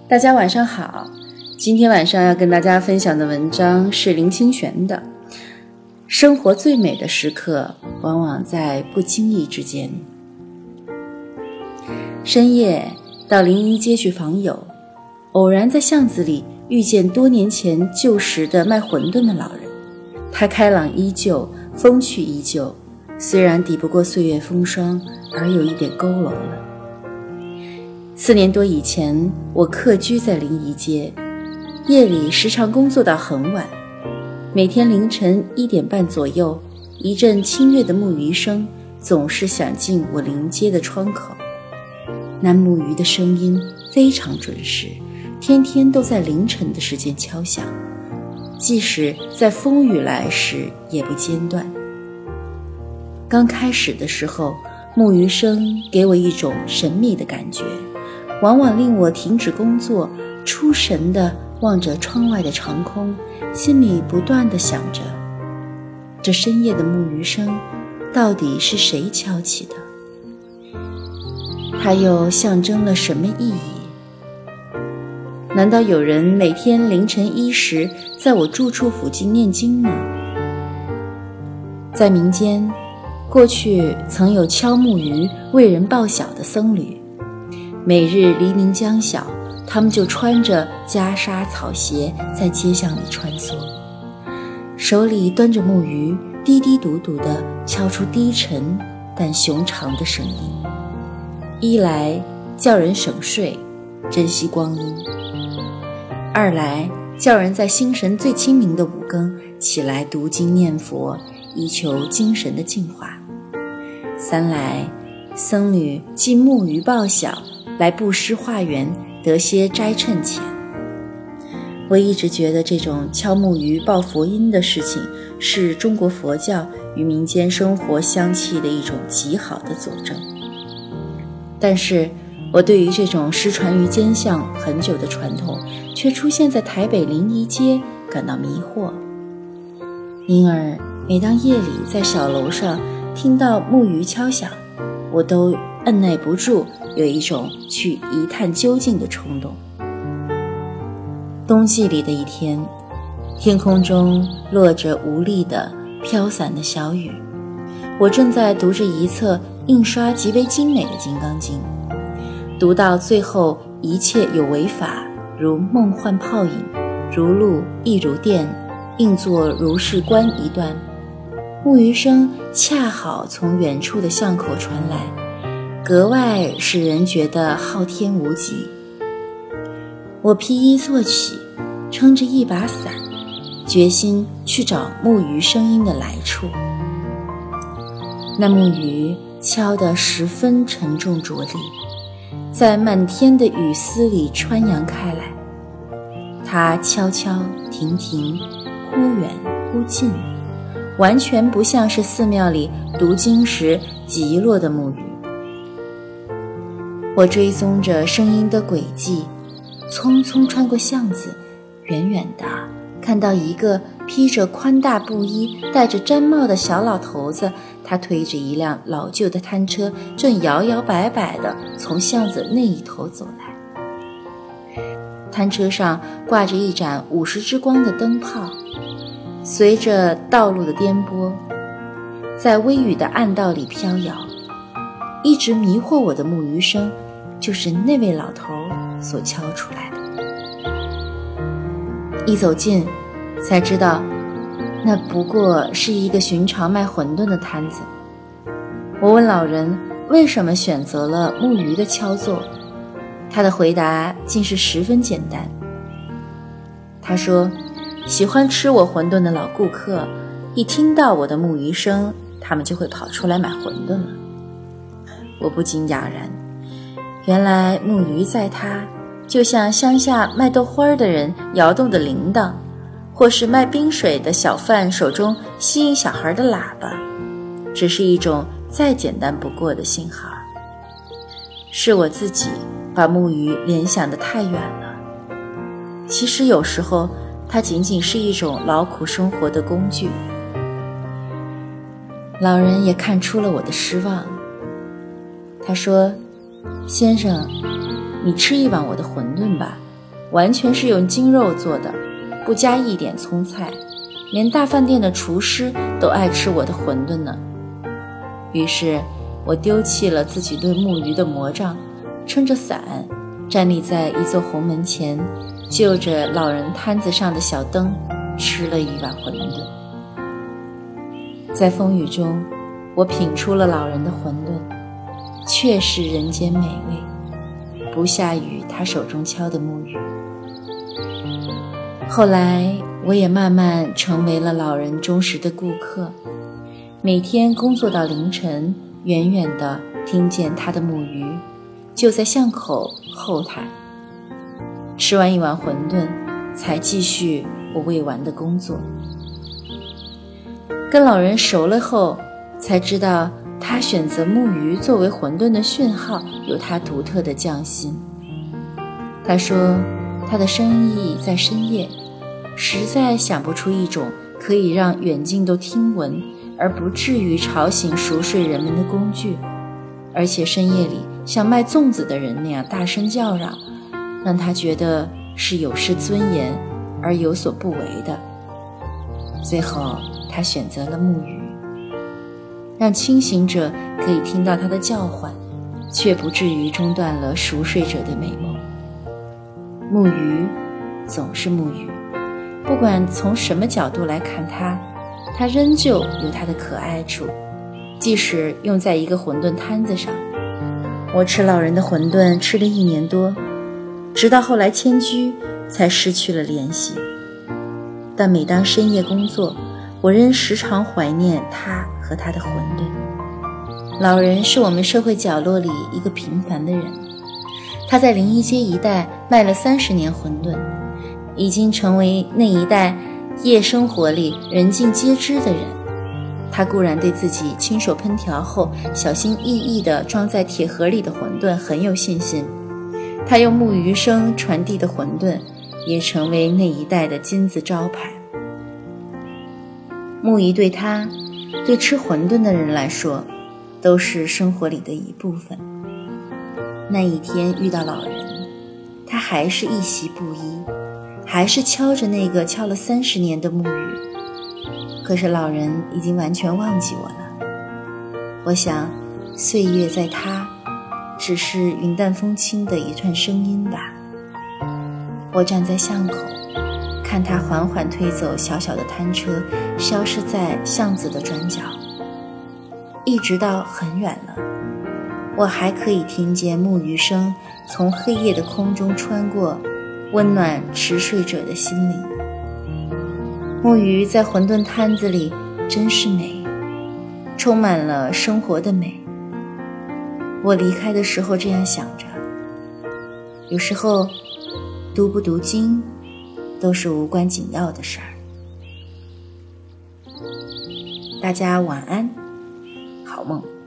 大家晚上好，今天晚上要跟大家分享的文章是林清玄的《生活最美的时刻往往在不经意之间》。深夜到临沂街去访友，偶然在巷子里遇见多年前旧时的卖馄饨的老人，他开朗依旧，风趣依旧，虽然抵不过岁月风霜，而有一点佝偻了。4年多以前，我客居在临沂街，夜里时常工作到很晚，每天凌晨1点半左右，一阵清越的木鱼声总是响进我临街的窗口。那木鱼的声音非常准时，天天都在凌晨的时间敲响，即使在风雨来时也不间断。刚开始的时候，木鱼声给我一种神秘的感觉，往往令我停止工作，出神地望着窗外的长空，心里不断地想着，这深夜的木鱼声到底是谁敲起的？它又象征了什么意义？难道有人每天凌晨1时在我住处附近念经吗？在民间，过去曾有敲木鱼为人报晓的僧侣，每日黎明将晓，他们就穿着袈裟草鞋在街巷里穿梭，手里端着木鱼，滴滴嘟嘟地敲出低沉但雄长的声音。一来叫人省睡，珍惜光阴；二来叫人在心神最清明的5更起来读经念佛，以求精神的净化；三来僧侣寄木鱼报晓，来布施化缘，得些斋称钱。我一直觉得这种敲木鱼报佛音的事情是中国佛教与民间生活相契的一种极好的佐证。但是我对于这种失传于间巷很久的传统，却出现在台北临沂街感到迷惑。因而每当夜里在小楼上听到木鱼敲响，我都按耐不住有一种去一探究竟的冲动。冬季里的一天，天空中落着无力的飘散的小雨，我正在读着一册印刷极为精美的《金刚经》，读到最后一切有为法，如梦幻泡影，如露亦如电，应作如是观一段，木鱼声恰好从远处的巷口传来，格外使人觉得浩天无极。我披衣坐起，撑着一把伞，决心去找木鱼声音的来处。那木鱼敲得十分沉重着力，在漫天的雨丝里穿扬开来，它悄悄停停，忽远忽近，完全不像是寺庙里读经时击落的木鱼。我追踪着声音的轨迹，匆匆穿过巷子，远远地看到一个披着宽大布衣、戴着毡帽的小老头子，他推着一辆老旧的摊车，正摇摇摆摆地从巷子那一头走来。摊车上挂着一盏50支光的灯泡，随着道路的颠簸，在微雨的暗道里飘摇。一直迷惑我的木鱼声，就是那位老头所敲出来的。一走近才知道，那不过是一个寻常卖馄饨的摊子。我问老人为什么选择了木鱼的敲作，他的回答竟是十分简单。他说，喜欢吃我馄饨的老顾客，一听到我的木鱼声，他们就会跑出来买馄饨了。我不禁哑然，原来木鱼在他就像乡下卖豆花的人摇动的铃铛，或是卖冰水的小贩手中吸引小孩的喇叭，只是一种再简单不过的信号。是我自己把木鱼联想得太远了，其实有时候它仅仅是一种劳苦生活的工具。老人也看出了我的失望，他说，先生，你吃一碗我的馄饨吧， 完全是用精肉做的，不加一点葱菜，连大饭店的厨师都爱吃我的馄饨呢。于是我丢弃了自己对木鱼的魔障，撑着伞站立在一座红门前，就着老人摊子上的小灯吃了一碗馄饨。在风雨中，我品出了老人的馄饨，确是人间美味，不下于他手中敲的木鱼。后来我也慢慢成为了老人忠实的顾客，每天工作到凌晨，远远地听见他的木鱼就在巷口后台。吃完一碗馄饨，才继续我未完的工作。跟老人熟了后，才知道他选择木鱼作为馄饨的讯号有他独特的匠心。他说他的生意在深夜，实在想不出一种可以让远近都听闻而不至于吵醒熟睡人们的工具，而且深夜里像卖粽子的人那样大声叫嚷，让他觉得是有失尊严而有所不为的。最后他选择了木鱼，让清醒者可以听到他的叫唤，却不至于中断了熟睡者的美梦。木鱼总是木鱼，不管从什么角度来看它仍旧有它的可爱处，即使用在一个馄饨摊子上。我吃老人的馄饨吃了1年多，直到后来迁居才失去了联系。但每当深夜工作，我仍时常怀念他和他的馄饨。老人是我们社会角落里一个平凡的人，他在临沂街一带卖了30年馄饨，已经成为那一带夜生活里人尽皆知的人。他固然对自己亲手烹调后小心翼翼地装在铁盒里的馄饨很有信心，他用木鱼声传递的馄饨也成为那一带的金字招牌。木鱼对他，对吃馄饨的人来说，都是生活里的一部分。那一天遇到老人，他还是一袭布衣，还是敲着那个敲了30年的木鱼。可是老人已经完全忘记我了。我想，岁月在他，只是云淡风轻的一串声音吧。我站在巷口，看他缓缓推走小小的摊车，消失在巷子的转角，一直到很远了，我还可以听见木鱼声从黑夜的空中穿过，温暖迟睡者的心灵。木鱼在馄饨摊子里真是美，充满了生活的美。我离开的时候这样想着，有时候读不读经都是无关紧要的事儿。大家晚安，好梦。